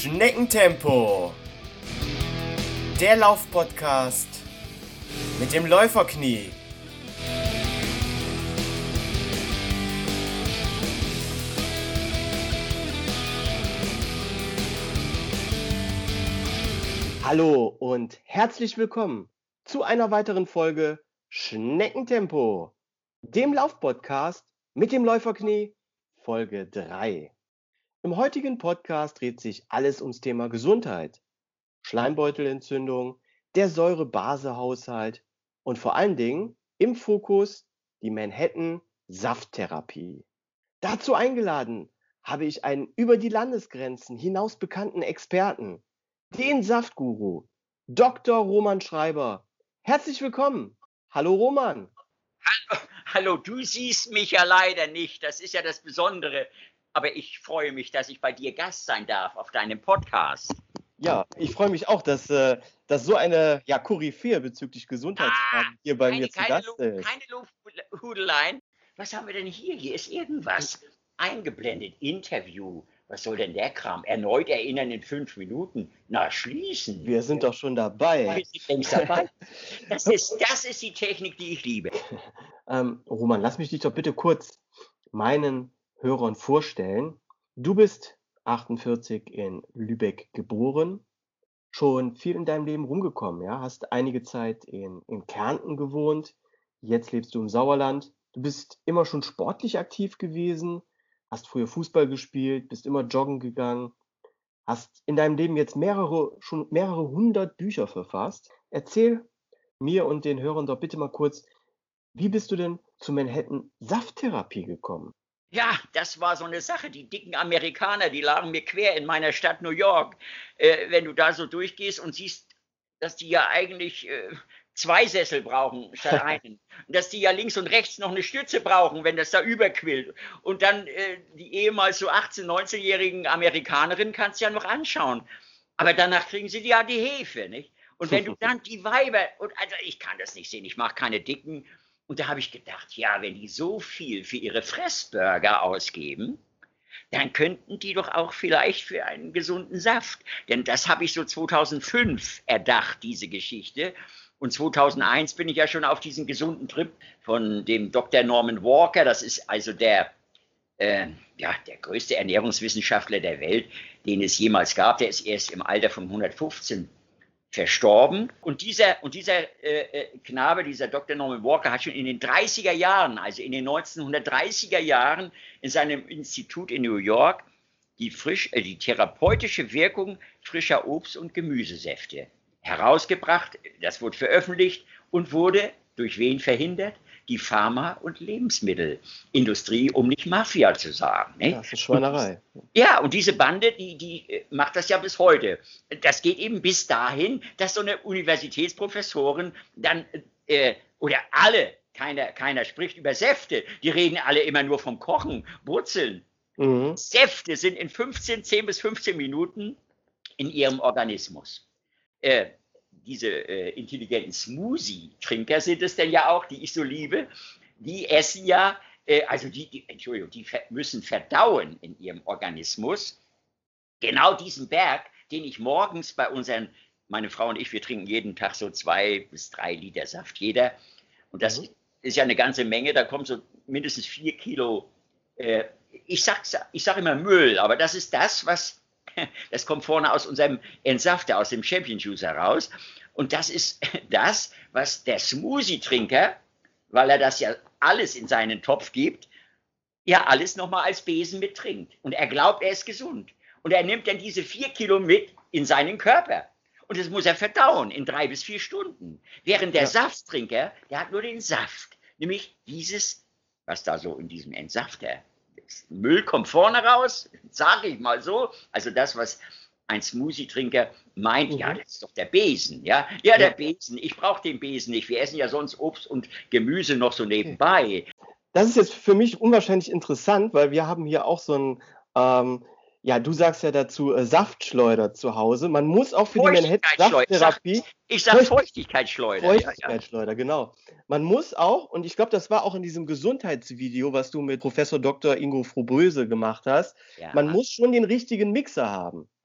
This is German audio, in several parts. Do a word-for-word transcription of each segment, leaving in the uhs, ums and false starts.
Schneckentempo, der Laufpodcast mit dem Läuferknie. Hallo und herzlich willkommen zu einer weiteren Folge Schneckentempo, dem Laufpodcast mit dem Läuferknie, Folge drei. Im heutigen Podcast dreht sich alles ums Thema Gesundheit, Schleimbeutelentzündung, der Säure-Base-Haushalt und vor allen Dingen im Fokus die Manhattan-Safttherapie. Dazu eingeladen habe ich einen über die Landesgrenzen hinaus bekannten Experten, den Saftguru, Doktor Roman Schreiber. Herzlich willkommen. Hallo Roman. Hallo, hallo, du siehst mich ja leider nicht, das ist ja das Besondere. Aber ich freue mich, dass ich bei dir Gast sein darf auf deinem Podcast. Ja, ich freue mich auch, dass, äh, dass so eine ja, Koryphäe bezüglich Gesundheitsfragen Ah, hier bei keine, mir zu keine, Gast Lu- ist. keine Lufthudeleien. Was haben wir denn hier? Hier ist irgendwas eingeblendet. Interview. Was soll denn der Kram? Erneut erinnern in fünf Minuten. Na, schließen. Wir sind doch schon dabei. Wir sind längst dabei. Das ist, das ist die Technik, die ich liebe. Ähm, Roman, lass mich dich doch bitte kurz meinen Hörern vorstellen. Du bist achtundvierzig in Lübeck geboren, schon viel in deinem Leben rumgekommen, ja? Hast einige Zeit in, in Kärnten gewohnt, jetzt lebst du im Sauerland. Du bist immer schon sportlich aktiv gewesen, hast früher Fußball gespielt, bist immer joggen gegangen, hast in deinem Leben jetzt mehrere, schon mehrere hundert Bücher verfasst. Erzähl mir und den Hörern doch bitte mal kurz, wie bist du denn zur Manhattan-Safttherapie gekommen? Ja, das war so eine Sache. Die dicken Amerikaner, die lagen mir quer in meiner Stadt New York. Äh, wenn du da so durchgehst und siehst, dass die ja eigentlich äh, zwei Sessel brauchen statt einen. Und dass die ja links und rechts noch eine Stütze brauchen, wenn das da überquillt. Und dann äh, die ehemals so achtzehn-, neunzehnjährigen Amerikanerinnen kannst du ja noch anschauen. Aber danach kriegen sie ja die Hefe, nicht? Und wenn du dann die Weiber, und also ich kann das nicht sehen, ich mache keine dicken. Und da habe ich gedacht, ja, wenn die so viel für ihre Fressburger ausgeben, dann könnten die doch auch vielleicht für einen gesunden Saft. Denn das habe ich so zweitausendfünf erdacht, diese Geschichte. Und zweitausendeins bin ich ja schon auf diesen gesunden Trip von dem Doktor Norman Walker, das ist also der, äh, ja, der größte Ernährungswissenschaftler der Welt, den es jemals gab. Der ist erst im Alter von hundertfünfzehn verstorben. Und dieser, und dieser äh, Knabe, dieser Doktor Norman Walker, hat schon in den dreißiger Jahren, also in den neunzehnhundertdreißiger Jahren, in seinem Institut in New York die, frisch, äh, die therapeutische Wirkung frischer Obst- und Gemüsesäfte herausgebracht. Das wurde veröffentlicht und wurde durch wen verhindert? Die Pharma- und Lebensmittelindustrie, um nicht Mafia zu sagen. Ne? Ja, das ist Schweinerei. Und, ja, und diese Bande, die, die macht das ja bis heute. Das geht eben bis dahin, dass so eine Universitätsprofessorin dann, äh, oder alle, keiner, keiner spricht über Säfte, die reden alle immer nur vom Kochen, Brutzeln. Mhm. Säfte sind in fünfzehn, zehn bis fünfzehn Minuten in ihrem Organismus. Äh, diese äh, intelligenten Smoothie-Trinker sind es denn ja auch, die ich so liebe, die essen ja, äh, also die, die, Entschuldigung, die ver- müssen verdauen in ihrem Organismus genau diesen Berg, den ich morgens bei unseren, meine Frau und ich, wir trinken jeden Tag so zwei bis drei Liter Saft jeder. Und das mhm. ist ja eine ganze Menge, da kommen so mindestens vier Kilo, äh, ich sag, ich sag immer Müll, aber das ist das, was das kommt vorne aus unserem Entsafter, aus dem Champion Juice heraus. Und das ist das, was der Smoothie-Trinker, weil er das ja alles in seinen Topf gibt, ja alles nochmal als Besen mittrinkt. Und er glaubt, er ist gesund. Und er nimmt dann diese vier Kilo mit in seinen Körper. Und das muss er verdauen in drei bis vier Stunden. Während der ja. Safttrinker, der hat nur den Saft. Nämlich dieses, was da so in diesem Entsafter Müll kommt vorne raus, sage ich mal so. Also das, was ein Smoothie-Trinker meint, mhm. ja, das ist doch der Besen, ja. Ja, der ja. Besen, ich brauche den Besen nicht. Wir essen ja sonst Obst und Gemüse noch so nebenbei. Das ist jetzt für mich unwahrscheinlich interessant, weil wir haben hier auch so ein, ähm, ja, du sagst ja dazu äh, Saftschleuder zu Hause. Man muss auch für die Manhattan-Safttherapie... Ich sage sag Feuchtigkeitsschleuder. Feuchtigkeitsschleuder, ja, ja. Genau. Man muss auch, und ich glaube, das war auch in diesem Gesundheitsvideo, was du mit Professor Doktor Ingo Froboese gemacht hast, ja. Man muss schon den richtigen Mixer haben.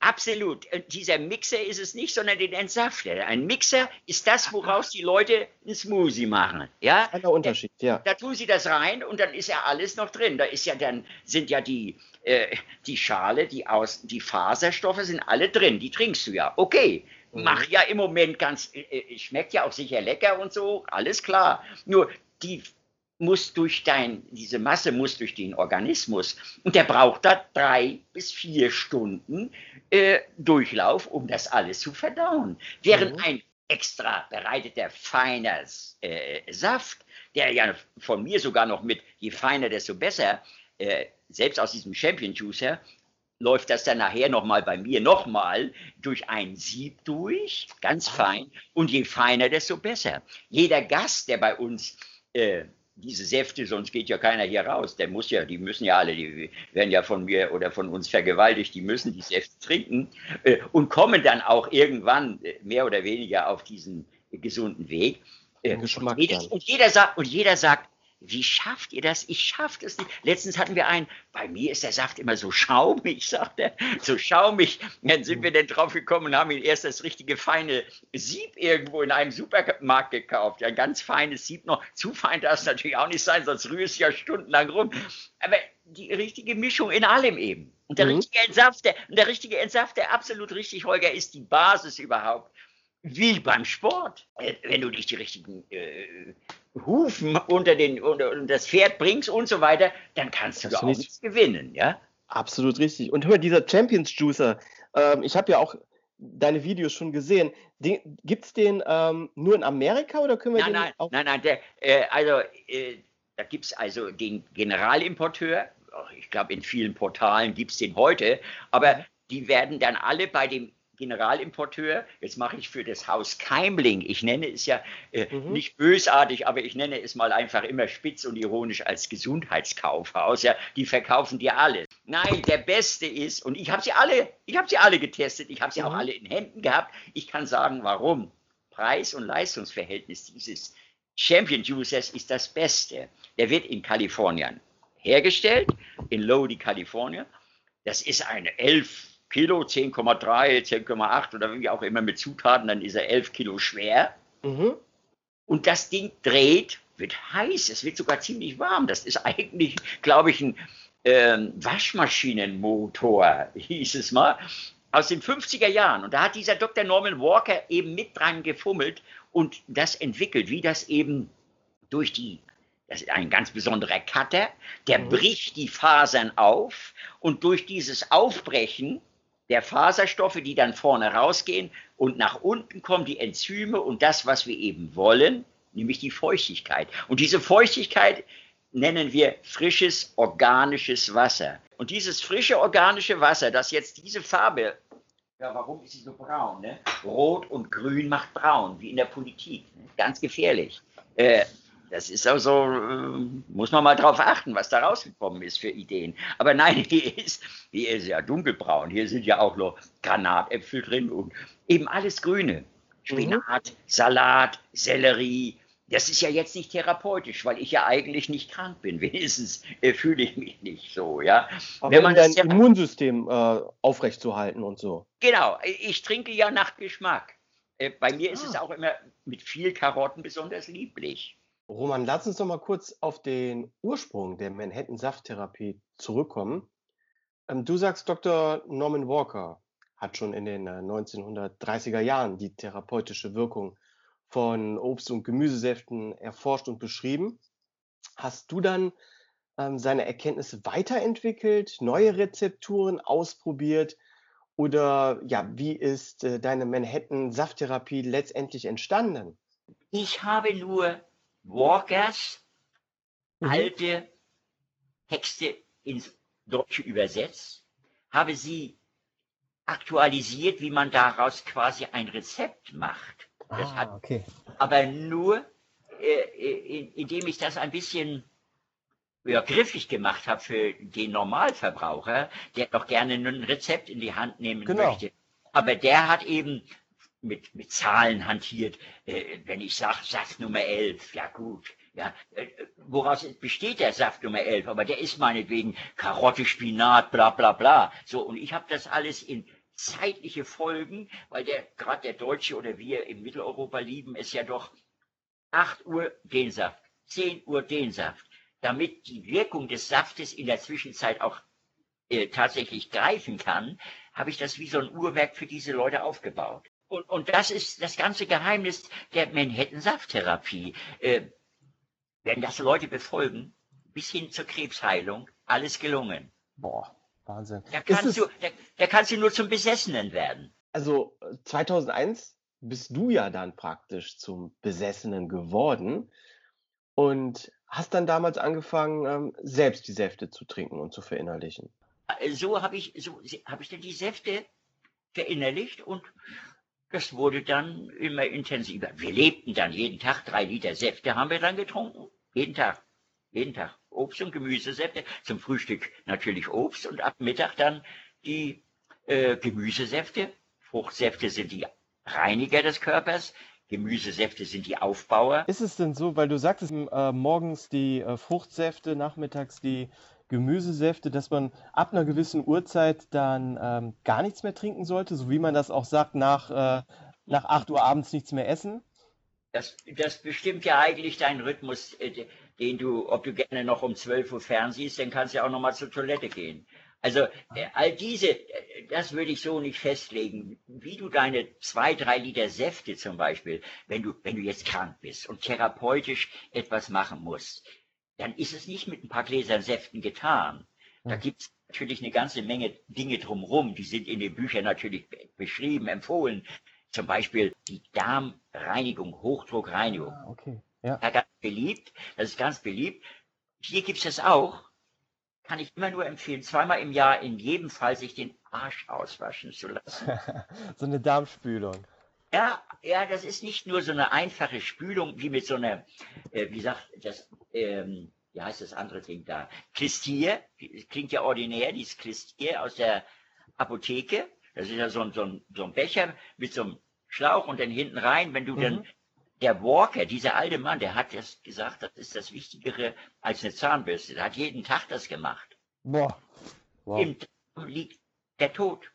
Absolut. Und dieser Mixer ist es nicht, sondern den Entsafter. Ein Mixer ist das, woraus die Leute einen Smoothie machen. Ja? Kleiner Unterschied, ja. Da tun sie das rein und dann ist ja alles noch drin. Da ist ja dann, sind ja die, äh, die Schale, die, Aus, die Faserstoffe sind alle drin. Die trinkst du ja. Okay. Mhm. Mach ja im Moment ganz, äh, schmeckt ja auch sicher lecker und so. Alles klar. Nur die muss durch dein, diese Masse muss durch den Organismus und der braucht da drei bis vier Stunden äh, Durchlauf, um das alles zu verdauen. Während mhm. ein extra bereiteter, feiner äh, Saft, der ja von mir sogar noch mit, je feiner, desto besser, äh, selbst aus diesem Champion Juicer, läuft das dann nachher nochmal bei mir nochmal durch ein Sieb durch, ganz fein, und je feiner, desto besser. Jeder Gast, der bei uns äh, diese Säfte, sonst geht ja keiner hier raus. Der muss ja, die müssen ja alle, die werden ja von mir oder von uns vergewaltigt, die müssen die Säfte trinken äh, und kommen dann auch irgendwann äh, mehr oder weniger auf diesen äh, gesunden Weg. Äh, Geschmack und, jeder, und, jeder sagt, und jeder sagt, wie schafft ihr das? Ich schaff das nicht. Letztens hatten wir einen, bei mir ist der Saft immer so schaumig, sagt er, so schaumig. Dann sind wir dann drauf gekommen und haben ihn erst das richtige feine Sieb irgendwo in einem Supermarkt gekauft. Ja, ein ganz feines Sieb noch. Zu fein darf es natürlich auch nicht sein, sonst rührst du ja stundenlang rum. Aber die richtige Mischung in allem eben. Und der mhm. richtige Entsafter, und der richtige Entsafter, absolut richtig, Holger, ist die Basis überhaupt. Wie beim Sport. Wenn du nicht die richtigen äh, Hufen unter, den, unter, unter das Pferd bringst und so weiter, dann kannst du da auch nichts gewinnen, ja? Absolut richtig. Und hör mal, dieser Champions Juicer, ähm, ich habe ja auch deine Videos schon gesehen. Gibt es den ähm, nur in Amerika oder können wir nein, den nein, auch... Nein, nein, der, äh, also äh, da gibt es also den Generalimporteur, ich glaube in vielen Portalen gibt es den heute, aber die werden dann alle bei dem Generalimporteur, jetzt mache ich für das Haus Keimling, ich nenne es ja äh, mhm. nicht bösartig, aber ich nenne es mal einfach immer spitz und ironisch als Gesundheitskaufhaus, ja, die verkaufen dir alles. Nein, der Beste ist, und ich habe sie alle, ich habe sie alle getestet, ich habe sie mhm. auch alle in Händen gehabt, ich kann sagen, warum. Preis- und Leistungsverhältnis dieses Champion Juicers ist das Beste. Der wird in Kalifornien hergestellt, in Lodi, Kalifornien. Das ist eine elf Kilo, zehn Komma drei, zehn Komma acht oder wie auch immer mit Zutaten, dann ist er elf Kilo schwer. Mhm. Und das Ding dreht, wird heiß, es wird sogar ziemlich warm. Das ist eigentlich, glaube ich, ein ähm, Waschmaschinenmotor, hieß es mal, aus den fünfziger Jahren. Und da hat dieser Doktor Norman Walker eben mit dran gefummelt und das entwickelt, wie das eben durch die, das ist ein ganz besonderer Cutter, der mhm. bricht die Fasern auf und durch dieses Aufbrechen der Faserstoffe, die dann vorne rausgehen und nach unten kommen die Enzyme und das, was wir eben wollen, nämlich die Feuchtigkeit. Und diese Feuchtigkeit nennen wir frisches, organisches Wasser. Und dieses frische, organische Wasser, das jetzt diese Farbe, ja, warum ist sie so braun? Ne? Rot und Grün macht braun, wie in der Politik. Ne? Ganz gefährlich. Äh, Das ist also, äh, muss man mal drauf achten, was da rausgekommen ist für Ideen. Aber nein, hier ist, hier ist ja dunkelbraun. Hier sind ja auch noch Granatäpfel drin und eben alles Grüne. Spinat, mhm. Salat, Sellerie. Das ist ja jetzt nicht therapeutisch, weil ich ja eigentlich nicht krank bin. Wenigstens äh, fühle ich mich nicht so, ja. Aber wenn man dein ja, Immunsystem äh, aufrechtzuerhalten und so. Genau, ich trinke ja nach Geschmack. Äh, bei mir ist ah. es auch immer mit viel Karotten besonders lieblich. Roman, lass uns noch mal kurz auf den Ursprung der Manhattan-Safttherapie zurückkommen. Ähm, du sagst, Doktor Norman Walker hat schon in den äh, neunzehnhundertdreißiger Jahren die therapeutische Wirkung von Obst- und Gemüsesäften erforscht und beschrieben. Hast du dann ähm, seine Erkenntnisse weiterentwickelt, neue Rezepturen ausprobiert oder ja, wie ist äh, deine Manhattan-Safttherapie letztendlich entstanden? Ich habe nur Walkers mhm. alte Texte ins Deutsche übersetzt, habe sie aktualisiert, wie man daraus quasi ein Rezept macht. Das ah, hat, okay. Aber nur, äh, in, indem ich das ein bisschen ja, griffig gemacht habe für den Normalverbraucher, der doch gerne ein Rezept in die Hand nehmen genau. möchte. Aber der hat eben Mit, mit Zahlen hantiert, äh, wenn ich sage Saft Nummer elf, ja gut, ja, äh, woraus besteht der Saft Nummer elf, aber der ist meinetwegen Karotte, Spinat, bla bla bla, so, und ich habe das alles in zeitliche Folgen, weil der gerade der Deutsche oder wir in Mitteleuropa lieben es ja doch acht Uhr den Saft, zehn Uhr den Saft, damit die Wirkung des Saftes in der Zwischenzeit auch äh, tatsächlich greifen kann, habe ich das wie so ein Uhrwerk für diese Leute aufgebaut. Und, und das ist das ganze Geheimnis der Manhattan-Safttherapie. Äh, wenn das Leute befolgen, bis hin zur Krebsheilung, alles gelungen. Boah, Wahnsinn. Da Ist kannst, es, du, da, da kannst du nur zum Besessenen werden. Also äh, zweitausendeins bist du ja dann praktisch zum Besessenen geworden und hast dann damals angefangen, ähm, selbst die Säfte zu trinken und zu verinnerlichen. Äh, So habe ich, so habe ich dann die Säfte verinnerlicht und das wurde dann immer intensiver. Wir lebten dann jeden Tag, drei Liter Säfte haben wir dann getrunken. Jeden Tag. Jeden Tag. Obst- und Gemüsesäfte. Zum Frühstück natürlich Obst und ab Mittag dann die äh, Gemüsesäfte. Fruchtsäfte sind die Reiniger des Körpers. Gemüsesäfte sind die Aufbauer. ist es denn so, weil du sagtest, äh, morgens die äh, Fruchtsäfte, nachmittags die Gemüsesäfte, dass man ab einer gewissen Uhrzeit dann ähm, gar nichts mehr trinken sollte, so wie man das auch sagt, nach, äh, nach acht Uhr abends nichts mehr essen? Das, das bestimmt ja eigentlich deinen Rhythmus, äh, den du, ob du gerne noch um zwölf Uhr fernsiehst, dann kannst du ja auch noch mal zur Toilette gehen. Also äh, all diese, äh, das würde ich so nicht festlegen. Wie du deine zwei, drei Liter Säfte zum Beispiel, wenn du, wenn du jetzt krank bist und therapeutisch etwas machen musst, dann ist es nicht mit ein paar Gläsern Säften getan. Da Hm. gibt es natürlich eine ganze Menge Dinge drumherum, die sind in den Büchern natürlich be- beschrieben, empfohlen. Zum Beispiel die Darmreinigung, Hochdruckreinigung. Ah, okay. Ja. Ja, ganz beliebt, das ist ganz beliebt. Hier gibt es das auch, kann ich immer nur empfehlen, zweimal im Jahr in jedem Fall sich den Arsch auswaschen zu lassen. So eine Darmspülung. Ja, ja, das ist nicht nur so eine einfache Spülung wie mit so einer, äh, wie sagt das, ähm, wie heißt das andere Ding da? Klistier, klingt ja ordinär, dieses Klistier aus der Apotheke. Das ist ja so ein, so ein, so ein Becher mit so einem Schlauch und dann hinten rein, wenn du dann, Mhm. der Walker, dieser alte Mann, der hat das gesagt, das ist das Wichtigere als eine Zahnbürste. Der hat jeden Tag das gemacht. Boah. Wow. Im Darm liegt der Tod.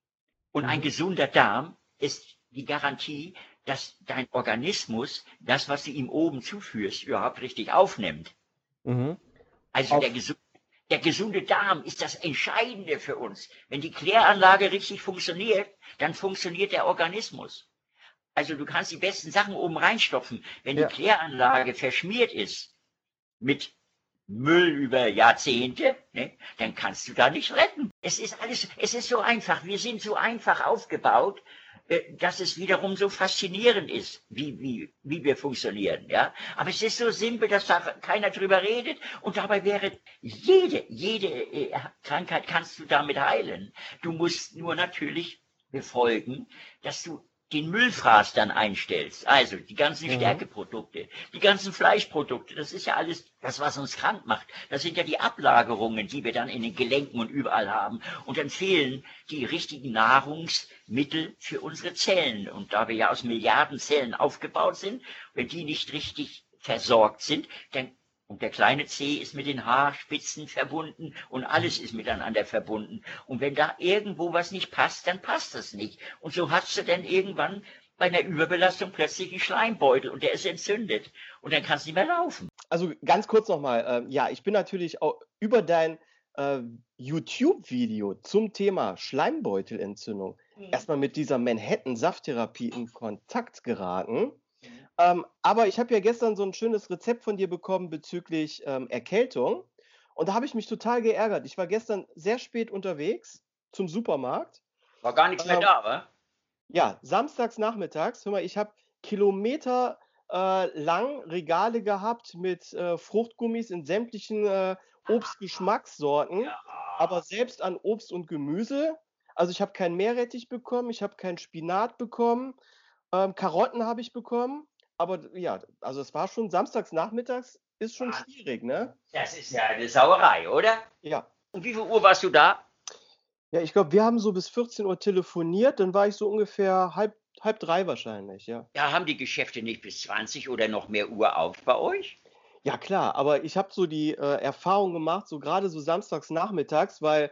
Und ein Mhm. gesunder Darm ist die Garantie, dass dein Organismus das, was du ihm oben zuführst, überhaupt richtig aufnimmt. Mhm. Also Auf, der, gesu- der gesunde Darm ist das Entscheidende für uns. Wenn die Kläranlage richtig funktioniert, dann funktioniert der Organismus. Also du kannst die besten Sachen oben reinstopfen. Wenn die ja. Kläranlage verschmiert ist mit Müll über Jahrzehnte, ne, dann kannst du da nicht retten. Es ist alles, es ist so einfach. Wir sind so einfach aufgebaut, äh, dass es wiederum so faszinierend ist, wie, wie, wie wir funktionieren, ja. Aber es ist so simpel, dass da keiner drüber redet und dabei wäre jede, jede äh, Krankheit kannst du damit heilen. Du musst nur natürlich befolgen, dass du den Müllfraß dann einstellst. Also die ganzen Mhm. Stärkeprodukte, die ganzen Fleischprodukte, das ist ja alles das, was uns krank macht. Das sind ja die Ablagerungen, die wir dann in den Gelenken und überall haben. Und dann fehlen die richtigen Nahrungsmittel für unsere Zellen. Und da wir ja aus Milliarden Zellen aufgebaut sind, wenn die nicht richtig versorgt sind, dann und der kleine Zeh ist mit den Haarspitzen verbunden und alles ist miteinander verbunden. Und wenn da irgendwo was nicht passt, dann passt das nicht. Und so hast du dann irgendwann bei einer Überbelastung plötzlich einen Schleimbeutel und der ist entzündet. Und dann kannst du nicht mehr laufen. Also ganz kurz nochmal, ähm, ja, ich bin natürlich auch über dein äh, YouTube-Video zum Thema Schleimbeutelentzündung erstmal mit dieser Manhattan-Safttherapie in Kontakt geraten. Ähm, aber ich habe ja gestern so ein schönes Rezept von dir bekommen bezüglich ähm, Erkältung. Und da habe ich mich total geärgert. Ich war gestern sehr spät unterwegs zum Supermarkt. War gar nichts mehr Ähm, da, wa? ja, samstags nachmittags. Hör mal, ich habe Kilometer äh, lang Regale gehabt mit äh, Fruchtgummis in sämtlichen äh, Obstgeschmackssorten, Ja. aber selbst an Obst und Gemüse. Also ich habe keinen Meerrettich bekommen, ich habe keinen Spinat bekommen, ähm, Karotten habe ich bekommen. Aber ja, also es war schon samstags nachmittags, ist schon schwierig, ne? Das ist ja eine Sauerei, oder? Ja. Und wie viel Uhr warst du da? Ja, ich glaube, wir haben so bis vierzehn Uhr telefoniert, dann war ich so ungefähr halb, halb drei wahrscheinlich, ja. Da haben die Geschäfte nicht bis zwanzig oder noch mehr Uhr auf bei euch? Ja klar, aber ich habe so die äh, Erfahrung gemacht, so gerade so samstags nachmittags, weil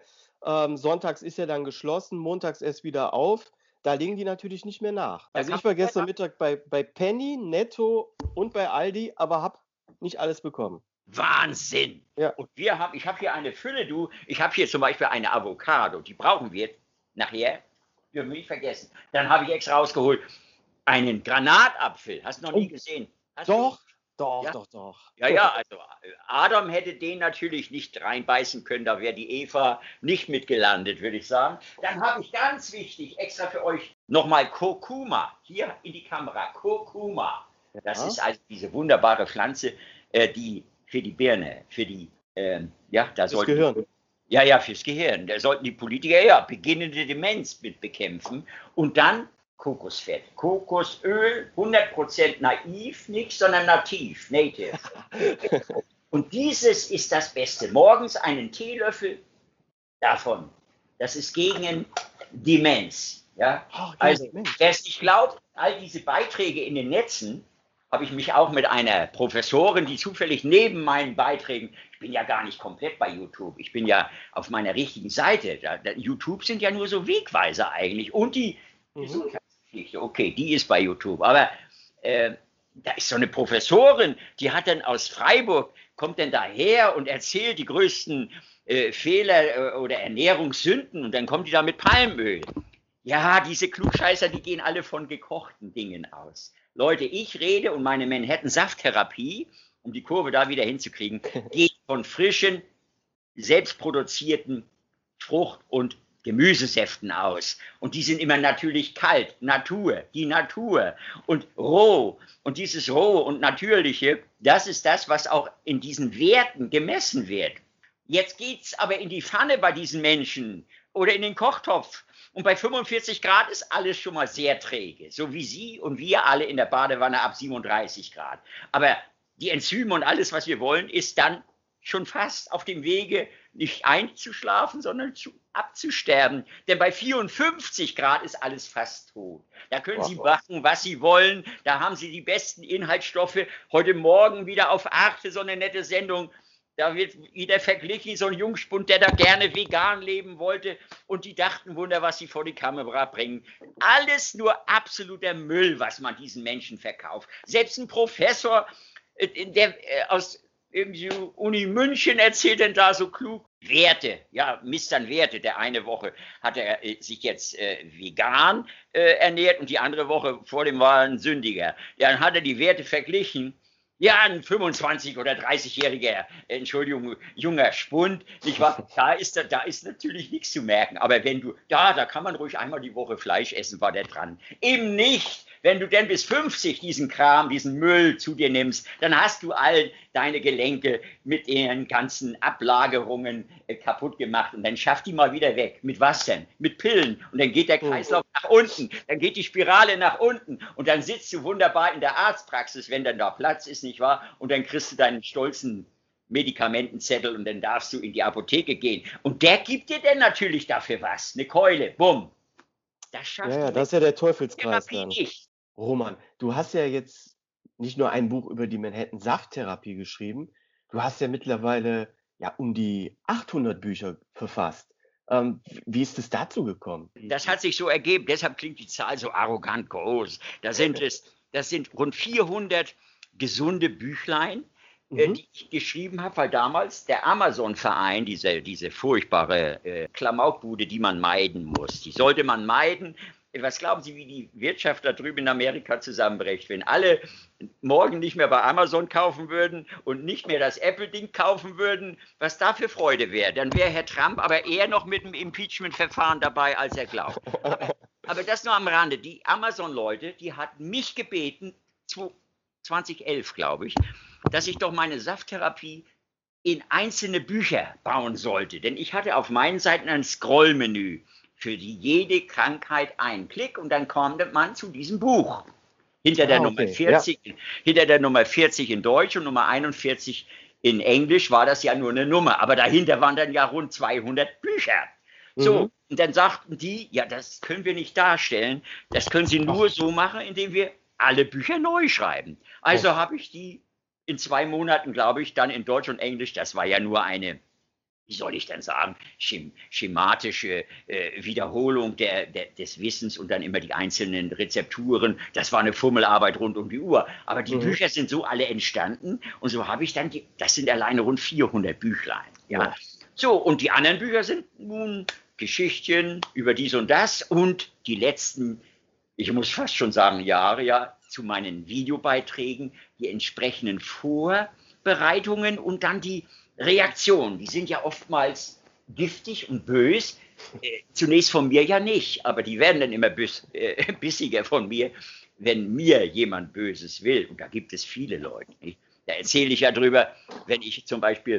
Ähm, sonntags ist ja dann geschlossen, montags erst wieder auf. Da legen die natürlich nicht mehr nach. Also ich war gestern Mittag bei, bei Penny, Netto und bei Aldi, aber habe nicht alles bekommen. Wahnsinn! Ja. Und wir haben, ich habe hier eine Fülle, du, ich habe hier zum Beispiel eine Avocado, die brauchen wir nachher, dürfen wir nicht vergessen. Dann habe ich extra rausgeholt einen Granatapfel, hast du noch nie Oh. gesehen? Hast Doch, doch, Ja? doch, doch. Ja, ja, also Adam hätte den natürlich nicht reinbeißen können, da wäre die Eva nicht mitgelandet, würde ich sagen. Dann habe ich ganz wichtig, extra für euch, nochmal Kurkuma, hier in die Kamera, Kurkuma. Das Ja. ist also diese wunderbare Pflanze, äh, die für die Birne, für die, ähm, ja, da Das sollten Gehirn. ja, ja, fürs Gehirn. Da sollten die Politiker ja beginnende Demenz mit bekämpfen. Und dann Kokosfett, Kokosöl, hundert Prozent naiv, nicht, sondern nativ, native. Und dieses ist das Beste. Morgens einen Teelöffel davon. Das ist gegen Demenz. Ja? Ach, gegen Also, Demenz. wer es nicht glaubt, all diese Beiträge in den Netzen, habe ich mich auch mit einer Professorin, die zufällig neben meinen Beiträgen, ich bin ja gar nicht komplett bei YouTube, ich bin ja auf meiner richtigen Seite. Da, da, YouTube sind ja nur so Wegweiser eigentlich. Und die Mhm. Gesundheitsgeschichte, okay, die ist bei YouTube. Aber äh, da ist so eine Professorin, die hat dann aus Freiburg, kommt dann daher und erzählt die größten äh, Fehler äh, oder Ernährungssünden und dann kommt die da mit Palmöl. Ja, diese Klugscheißer, die gehen alle von gekochten Dingen aus. Leute, ich rede und meine Manhattan-Safttherapie, um die Kurve da wieder hinzukriegen, geht von frischen, selbstproduzierten Frucht- und Gemüsesäften aus. Und die sind immer natürlich kalt, Natur, die Natur und roh. Und dieses roh und natürliche, das ist das, was auch in diesen Werten gemessen wird. Jetzt geht's aber in die Pfanne bei diesen Menschen oder in den Kochtopf. Und bei fünfundvierzig Grad ist alles schon mal sehr träge, so wie Sie und wir alle in der Badewanne ab siebenunddreißig Grad. Aber die Enzyme und alles, was wir wollen, ist dann schon fast auf dem Wege, nicht einzuschlafen, sondern zu, abzusterben. Denn bei vierundfünfzig Grad ist alles fast tot. Da können Sie machen, was Sie wollen. Da haben Sie die besten Inhaltsstoffe. Heute Morgen wieder auf Arte so eine nette Sendung. Da wird wieder verglichen, so ein Jungspund, der da gerne vegan leben wollte. Und die dachten, Wunder, was sie vor die Kamera bringen. Alles nur absoluter Müll, was man diesen Menschen verkauft. Selbst ein Professor, der aus irgendwie Uni München erzählt denn da so klug. Werte, ja, misst dann Werte. Der eine Woche hat er sich jetzt äh, vegan äh, ernährt und die andere Woche vor dem war ein Sündiger. Ja, dann hat er die Werte verglichen. Ja, ein fünfundzwanzig- oder dreißigjähriger, Entschuldigung, junger Spund, nicht wahr? Da ist, da ist natürlich nichts zu merken. Aber wenn du, da, da kann man ruhig einmal die Woche Fleisch essen, war der dran. Eben nicht. Wenn du denn bis fünfzig diesen Kram, diesen Müll zu dir nimmst, dann hast du all deine Gelenke mit ihren ganzen Ablagerungen äh, kaputt gemacht. Und dann schaff die mal wieder weg. Mit was denn? Mit Pillen. Und dann geht der Kreislauf oh. nach unten. Dann geht die Spirale nach unten. Und dann sitzt du wunderbar in der Arztpraxis, wenn dann da Platz ist, nicht wahr? Und dann kriegst du deinen stolzen Medikamentenzettel und dann darfst du in die Apotheke gehen. Und der gibt dir dann natürlich dafür was. Eine Keule. Bumm. Das schafft ja, ja, das ist ja der Teufelskreis dann. Nicht. Roman, du hast ja jetzt nicht nur ein Buch über die Manhattan-Safttherapie geschrieben, du hast ja mittlerweile ja um die achthundert Bücher verfasst. Ähm, wie ist es dazu gekommen? Das hat sich so ergeben, deshalb klingt die Zahl so arrogant groß. Da sind es, das sind rund vierhundert gesunde Büchlein, mhm. äh, die ich geschrieben habe, weil damals der Amazon-Verein, diese, diese furchtbare äh, Klamaukbude, die man meiden muss, die sollte man meiden. Was glauben Sie, wie die Wirtschaft da drüben in Amerika zusammenbricht, wenn alle morgen nicht mehr bei Amazon kaufen würden und nicht mehr das Apple-Ding kaufen würden, was da für Freude wäre? Dann wäre Herr Trump aber eher noch mit dem Impeachment-Verfahren dabei, als er glaubt. Aber, aber das nur am Rande. Die Amazon-Leute, die hatten mich gebeten, zweitausendelf glaube ich, dass ich doch meine Safttherapie in einzelne Bücher bauen sollte. Denn ich hatte auf meinen Seiten ein Scrollmenü. Für die jede Krankheit einen Klick und dann kommt man zu diesem Buch. Hinter der, ah, okay. Nummer vierzig, ja. hinter der Nummer vierzig in Deutsch und Nummer einundvierzig in Englisch war das ja nur eine Nummer. Aber dahinter waren dann ja rund zweihundert Bücher. So, mhm. und dann sagten die, ja, das können wir nicht darstellen. Das können Sie nur Ach. so machen, indem wir alle Bücher neu schreiben. Also oh. habe ich die in zwei Monaten, glaube ich, dann in Deutsch und Englisch, das war ja nur eine wie soll ich denn sagen, schem schematische äh, Wiederholung der, der, des Wissens und dann immer die einzelnen Rezepturen. Das war eine Fummelarbeit rund um die Uhr. Aber die mhm. Bücher sind so alle entstanden und so habe ich dann, die, das sind alleine rund vierhundert Büchlein. Ja. ja. So, und die anderen Bücher sind nun Geschichtchen über dies und das und die letzten, ich muss fast schon sagen Jahre, ja, zu meinen Videobeiträgen, die entsprechenden Vorbereitungen und dann die Reaktionen, die sind ja oftmals giftig und bös. Äh, zunächst von mir ja nicht, aber die werden dann immer biss, äh, bissiger von mir, wenn mir jemand Böses will. Und da gibt es viele Leute. Nicht? Da erzähle ich ja drüber, wenn ich zum Beispiel,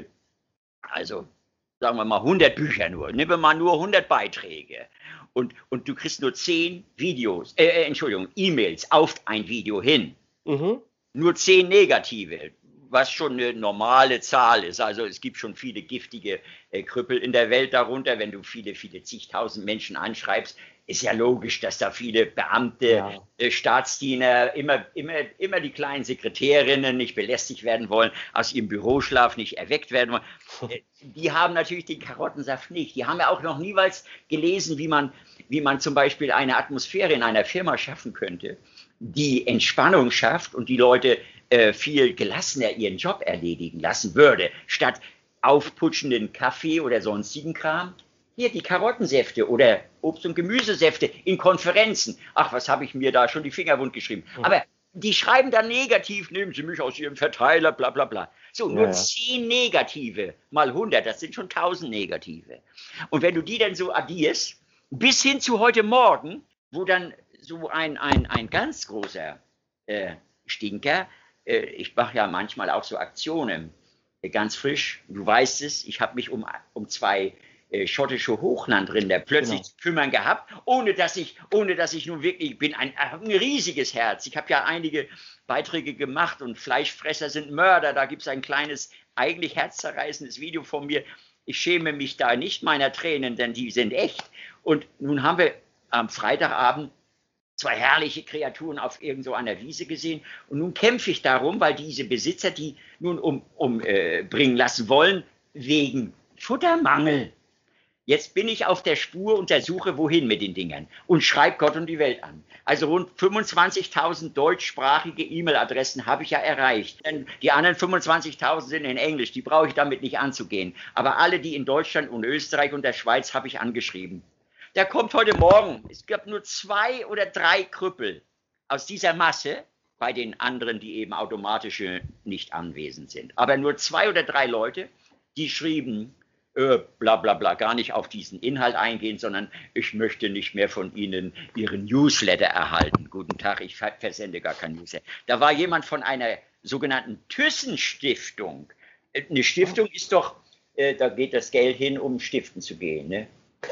also sagen wir mal hundert Bücher nur, nehmen wir mal nur hundert Beiträge und, und du kriegst nur zehn Videos, äh, Entschuldigung, E-Mails auf ein Video hin. Mhm. Nur zehn negative. Was schon eine normale Zahl ist. Also es gibt schon viele giftige äh, Krüppel in der Welt darunter. Wenn du viele, viele zigtausend Menschen anschreibst, ist ja logisch, dass da viele Beamte, ja. äh, Staatsdiener, immer, immer, immer die kleinen Sekretärinnen nicht belästigt werden wollen, aus ihrem Büroschlaf nicht erweckt werden wollen. Äh, die haben natürlich den Karottensaft nicht. Die haben ja auch noch niemals gelesen, wie man, wie man zum Beispiel eine Atmosphäre in einer Firma schaffen könnte, die Entspannung schafft und die Leute äh, viel gelassener ihren Job erledigen lassen würde, statt aufputschenden Kaffee oder sonstigen Kram. Hier die Karottensäfte oder Obst- und Gemüsesäfte in Konferenzen. Ach, was habe ich mir da schon die Finger wund geschrieben. Mhm. Aber die schreiben dann negativ, nehmen Sie mich aus Ihrem Verteiler, bla bla bla. So, nur ja, ja. zehn Negative mal hundert, das sind schon tausend Negative. Und wenn du die dann so addierst, bis hin zu heute Morgen, wo dann so ein, ein, ein ganz großer äh, Stinker, äh, ich mache ja manchmal auch so Aktionen, äh, ganz frisch, du weißt es, ich habe mich um, um zwei äh, schottische Hochlandrinder plötzlich genau. zu kümmern gehabt, ohne dass ich, ohne dass ich nun wirklich, ich bin ein, ein riesiges Herz, ich habe ja einige Beiträge gemacht und Fleischfresser sind Mörder, da gibt es ein kleines, eigentlich herzzerreißendes Video von mir, ich schäme mich da nicht meiner Tränen, denn die sind echt. Und nun haben wir am Freitagabend zwei herrliche Kreaturen auf irgend so einer Wiese gesehen. Und nun kämpfe ich darum, weil diese Besitzer die nun umbringen um, äh, lassen wollen, wegen Futtermangel. Jetzt bin ich auf der Spur und der Suche, wohin mit den Dingern und schreibe Gott und die Welt an. Also rund fünfundzwanzigtausend deutschsprachige E-Mail-Adressen habe ich ja erreicht. Denn die anderen fünfundzwanzigtausend sind in Englisch, die brauche ich damit nicht anzugehen. Aber alle, die in Deutschland und Österreich und der Schweiz, habe ich angeschrieben. Da kommt heute Morgen, es gab nur zwei oder drei Krüppel aus dieser Masse, bei den anderen, die eben automatisch nicht anwesend sind. Aber nur zwei oder drei Leute, die schrieben, äh, bla bla bla, gar nicht auf diesen Inhalt eingehen, sondern ich möchte nicht mehr von Ihnen Ihren Newsletter erhalten. Guten Tag, ich versende gar kein Newsletter. Da war jemand von einer sogenannten Thyssen-Stiftung. Eine Stiftung ist doch, äh, da geht das Geld hin, um stiften zu gehen, ne?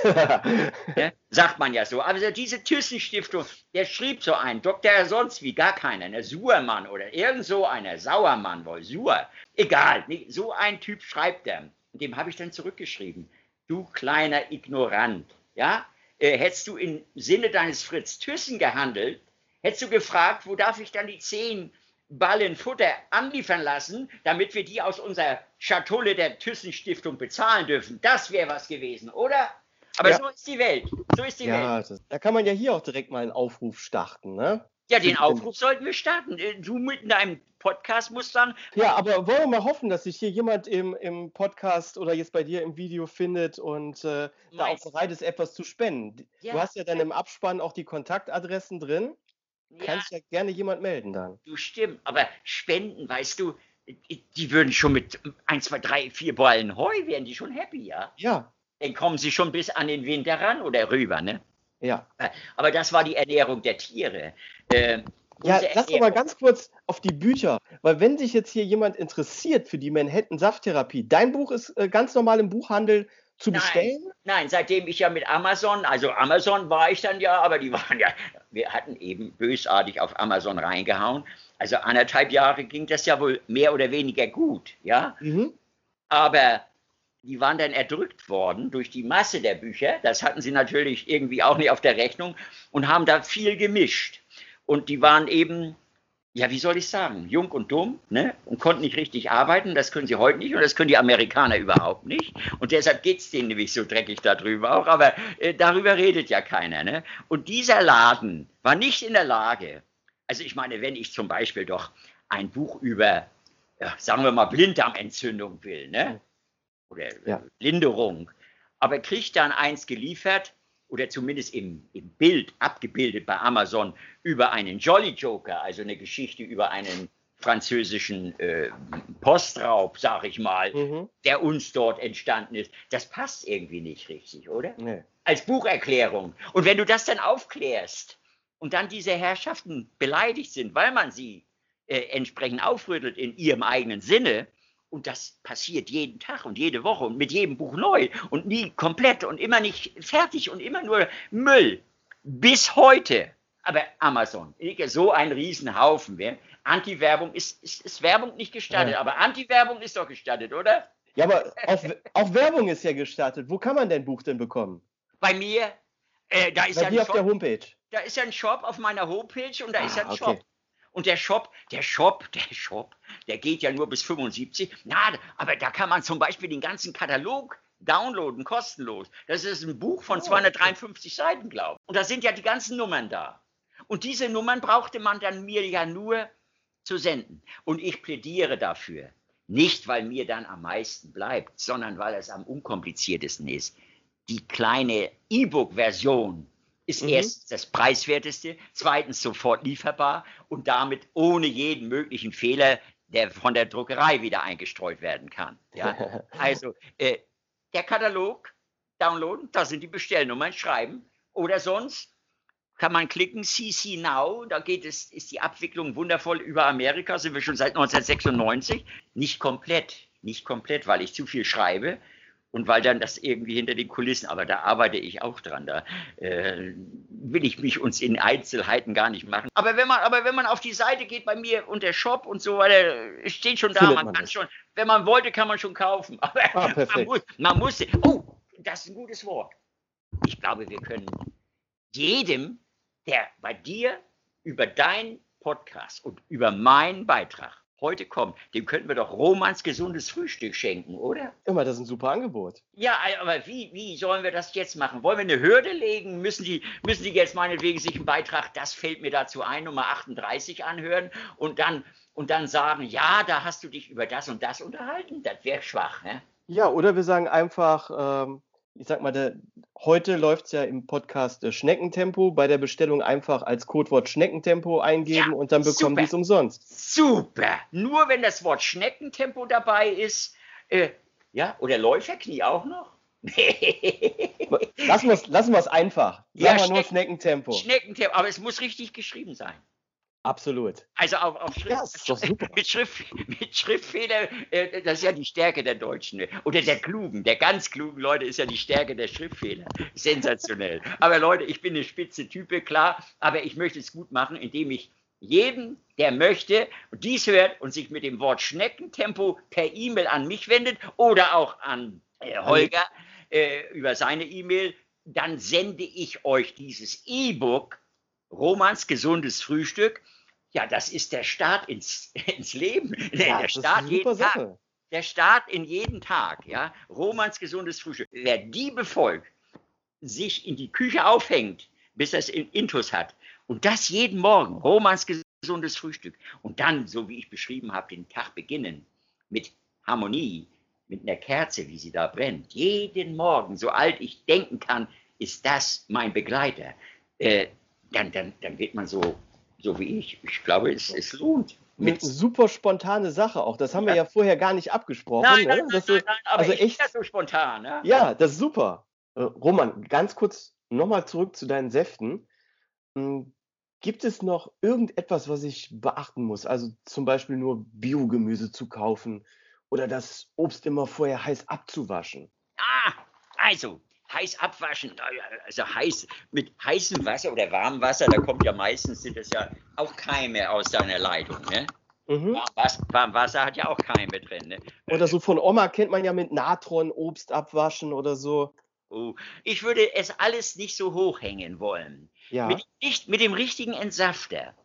Ja, sagt man ja so. Aber diese Thyssen-Stiftung, der schrieb so ein, Doktor sonst wie, gar keiner, ne, Suhrmann oder irgend so einer, Sauermann wohl, Suhr, egal, ne, so ein Typ schreibt er. Und dem habe ich dann zurückgeschrieben, du kleiner Ignorant, ja, äh, hättest du im Sinne deines Fritz Thyssen gehandelt, hättest du gefragt, wo darf ich dann die zehn Ballen Futter anliefern lassen, damit wir die aus unserer Schatulle der Thyssen-Stiftung bezahlen dürfen. Das wäre was gewesen, oder? Aber ja. so ist die Welt. So ist die ja, Welt. Das, da kann man ja hier auch direkt mal einen Aufruf starten, ne? Ja, den Aufruf sollten wir starten. Du mit deinem Podcast musst dann... Ja, aber wollen wir mal hoffen, dass sich hier jemand im, im Podcast oder jetzt bei dir im Video findet und äh, da auch bereit ist, etwas zu spenden. Ja. Du hast ja dann im Abspann auch die Kontaktadressen drin. Ja. Kannst ja gerne jemand melden dann. Du stimmt, aber Spenden, weißt du, die würden schon mit eins, zwei, drei, vier Ballen Heu, wären die schon happy, ja? Ja. Dann kommen sie schon bis an den Winter ran oder rüber, ne? Ja. Aber das war die Ernährung der Tiere. Äh, ja, lass doch mal ganz kurz auf die Bücher, weil wenn sich jetzt hier jemand interessiert für die Manhattan-Safttherapie, dein Buch ist äh, ganz normal im Buchhandel zu nein, bestellen? Nein, seitdem ich ja mit Amazon, also Amazon war ich dann ja, aber die waren ja, wir hatten eben bösartig auf Amazon reingehauen. Also anderthalb Jahre ging das ja wohl mehr oder weniger gut, ja? Mhm. Aber die waren dann erdrückt worden durch die Masse der Bücher. Das hatten sie natürlich irgendwie auch nicht auf der Rechnung und haben da viel gemischt. Und die waren eben ja, wie soll ich sagen, jung und dumm, ne? Und konnten nicht richtig arbeiten. Das können sie heute nicht und das können die Amerikaner überhaupt nicht. Und deshalb geht es denen nämlich so dreckig da drüben auch. Aber äh, darüber redet ja keiner, ne? Und dieser Laden war nicht in der Lage, also ich meine, wenn ich zum Beispiel doch ein Buch über, ja, sagen wir mal, Blinddarmentzündung will, ne? Oder Ja. Linderung, aber kriegt dann eins geliefert, oder zumindest im, im Bild abgebildet bei Amazon, über einen Jolly Joker, also eine Geschichte über einen französischen äh, Postraub, sag ich mal, Mhm. der uns dort entstanden ist. Das passt irgendwie nicht richtig, oder? Nee. Als Bucherklärung. Und wenn du das dann aufklärst und dann diese Herrschaften beleidigt sind, weil man sie äh, entsprechend aufrüttelt in ihrem eigenen Sinne, und das passiert jeden Tag und jede Woche und mit jedem Buch neu und nie komplett und immer nicht fertig und immer nur Müll. Bis heute. Aber Amazon, so ein Riesenhaufen. Anti-Werbung ist, ist, ist Werbung nicht gestattet, Ja. aber Anti-Werbung ist doch gestattet, oder? Ja, aber auch, auch Werbung ist ja gestattet. Wo kann man dein Buch denn bekommen? Bei mir, äh, da ist Bei ja dir ein auf der Shop, Homepage. da ist ja ein Shop auf meiner Homepage und da ist ja Ah, ein okay. Shop. Und der Shop, der Shop, der Shop, der geht ja nur bis fünfundsiebzig. Na, aber da kann man zum Beispiel den ganzen Katalog downloaden, kostenlos. Das ist ein Buch von Oh, zweihundertdreiundfünfzig Seiten, glaube ich. Und da sind ja die ganzen Nummern da. Und diese Nummern brauchte man dann mir ja nur zu senden. Und ich plädiere dafür. Nicht, weil mir dann am meisten bleibt, sondern weil es am unkompliziertesten ist. Die kleine E-Book-Version ist Mhm. erstens das preiswerteste, zweitens sofort lieferbar und damit ohne jeden möglichen Fehler, der von der Druckerei wieder eingestreut werden kann. Ja? Also äh, der Katalog downloaden, da sind die Bestellnummern, schreiben oder sonst kann man klicken, C C Now, da geht es, ist die Abwicklung wundervoll über Amerika, sind wir schon seit neunzehnhundertsechsundneunzig. Nicht komplett, nicht komplett, weil ich zu viel schreibe und weil dann das irgendwie hinter den Kulissen, aber da arbeite ich auch dran, da äh, will ich mich uns in Einzelheiten gar nicht machen. Aber wenn man, aber wenn man auf die Seite geht bei mir und der Shop und so weiter, steht schon da, Findet man man kann das. schon, wenn man wollte, kann man schon kaufen. Aber Ah, man perfekt. muss, man muss, oh, das ist ein gutes Wort. Ich glaube, wir können jedem, der bei dir über deinen Podcast und über meinen Beitrag heute kommt, dem könnten wir doch Romans gesundes Frühstück schenken, oder? Immer, das ist ein super Angebot. Ja, aber wie, wie sollen wir das jetzt machen? Wollen wir eine Hürde legen? Müssen die, müssen die jetzt meinetwegen sich einen Beitrag, das fällt mir dazu ein, Nummer achtunddreißig anhören und dann, und dann sagen, ja, da hast du dich über das und das unterhalten? Das wäre schwach, ne? Ja, oder wir sagen einfach, ähm, ich sag mal, der, heute läuft es ja im Podcast äh, Schneckentempo. Bei der Bestellung einfach als Codewort Schneckentempo eingeben Ja, und dann bekommen super. die es umsonst. Super! Nur wenn das Wort Schneckentempo dabei ist, äh, ja, oder Läuferknie auch noch? Lassen wir es lassen wir's einfach. Sagen Ja, wir nur Schnecken- Schneckentempo. Schneckentempo, aber es muss richtig geschrieben sein. Absolut. Also auf, auf Schrift, Ja, ist doch super. mit, Schrift, mit Schriftfehler, äh, das ist ja die Stärke der Deutschen. ne? Oder der Klugen, der ganz klugen Leute ist ja die Stärke der Schriftfehler. Sensationell. Aber Leute, ich bin eine spitze Type, klar, aber ich möchte es gut machen, indem ich jeden, der möchte, dies hört und sich mit dem Wort Schneckentempo per E-Mail an mich wendet oder auch an äh, Holger äh, über seine E-Mail, dann sende ich euch dieses E-Book Romans gesundes Frühstück. Ja, das ist der Start ins, ins Leben. Ja, der das ist Start eine jeden super Tag. Sache. Der Start in jeden Tag. Ja? Romans gesundes Frühstück. Wer die befolgt, sich in die Küche aufhängt, bis er es in Intus hat und das jeden Morgen, Romans gesundes Frühstück und dann, so wie ich beschrieben habe, den Tag beginnen mit Harmonie, mit einer Kerze, wie sie da brennt. Jeden Morgen, so alt ich denken kann, ist das mein Begleiter. Äh, dann, dann, dann wird man so, so wie ich. Ich glaube, es, es lohnt. Eine Mit, super spontane Sache auch. Das haben wir ja vorher gar nicht abgesprochen. nein, ne? nein, nein, Das nein, ist- nein, aber also ich echt, bin ja so spontan. Ne? ja, das ist super. Äh, Roman, ganz kurz nochmal zurück zu deinen Säften. Hm, Gibt es noch irgendetwas, was ich beachten muss? Also zum Beispiel nur Biogemüse zu kaufen oder das Obst immer vorher heiß abzuwaschen. Ah, also, heiß abwaschen, also heiß, mit heißem Wasser oder warmem Wasser, da kommt ja meistens, sind das ja auch Keime aus deiner Leitung. Ne? Mhm. Warm, warm Wasser hat ja auch Keime drin. Ne? Oder so von Oma kennt man ja mit Natron Obst abwaschen oder so. Oh, ich würde es alles nicht so hochhängen wollen. Ja. Mit, nicht, mit dem richtigen Entsafter